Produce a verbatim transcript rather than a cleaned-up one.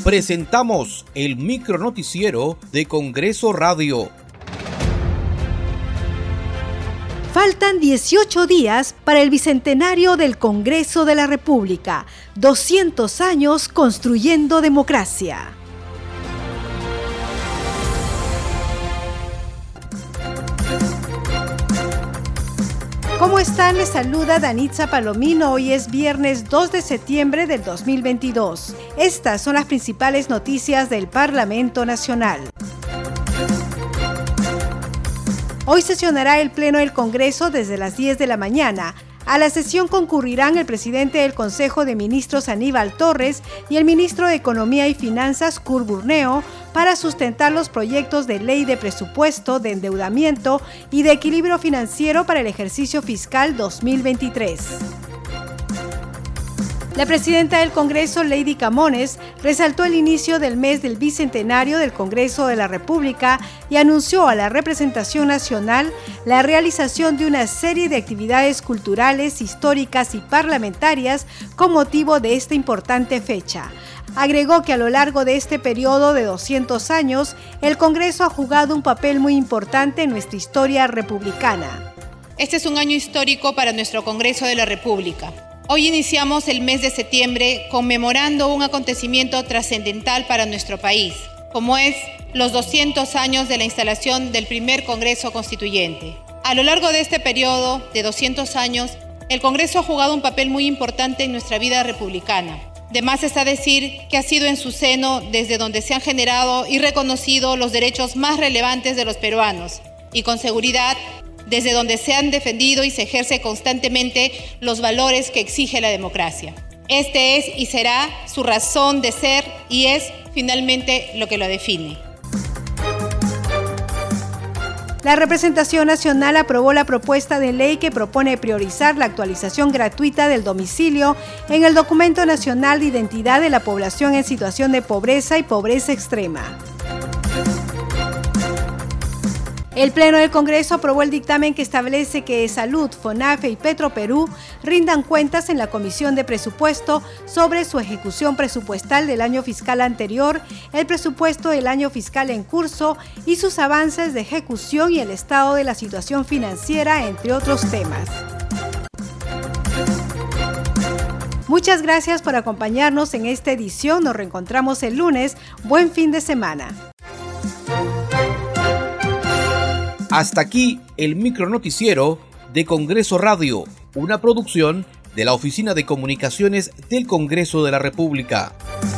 Presentamos el micronoticiero de Congreso Radio. Faltan dieciocho días para el bicentenario del Congreso de la República. doscientos años construyendo democracia. ¿Cómo están? Les saluda Danitza Palomino. Hoy es viernes dos de septiembre del dos mil veintidós. Estas son las principales noticias del Parlamento Nacional. Hoy sesionará el Pleno del Congreso desde las diez de la mañana. A la sesión concurrirán el presidente del Consejo de Ministros, Aníbal Torres, y el ministro de Economía y Finanzas, Kurt Burneo, para sustentar los proyectos de ley de presupuesto, de endeudamiento y de equilibrio financiero para el ejercicio fiscal dos mil veintitrés. La presidenta del Congreso, Lady Camones, resaltó el inicio del mes del bicentenario del Congreso de la República y anunció a la representación nacional la realización de una serie de actividades culturales, históricas y parlamentarias con motivo de esta importante fecha. Agregó que a lo largo de este periodo de doscientos años, el Congreso ha jugado un papel muy importante en nuestra historia republicana. Este es un año histórico para nuestro Congreso de la República. Hoy iniciamos el mes de septiembre conmemorando un acontecimiento trascendental para nuestro país, como es los doscientos años de la instalación del primer Congreso Constituyente. A lo largo de este periodo de doscientos años, el Congreso ha jugado un papel muy importante en nuestra vida republicana. De más está decir que ha sido en su seno desde donde se han generado y reconocido los derechos más relevantes de los peruanos y con seguridad desde donde se han defendido y se ejerce constantemente los valores que exige la democracia. Este es y será su razón de ser y es finalmente lo que lo define. La representación nacional aprobó la propuesta de ley que propone priorizar la actualización gratuita del domicilio en el Documento Nacional de Identidad de la Población en Situación de Pobreza y Pobreza Extrema. El Pleno del Congreso aprobó el dictamen que establece que Salud, FONAFE y Petroperú rindan cuentas en la Comisión de Presupuesto sobre su ejecución presupuestal del año fiscal anterior, el presupuesto del año fiscal en curso y sus avances de ejecución y el estado de la situación financiera, entre otros temas. Muchas gracias por acompañarnos en esta edición. Nos reencontramos el lunes. Buen fin de semana. Hasta aquí el micronoticiero de Congreso Radio, una producción de la Oficina de Comunicaciones del Congreso de la República.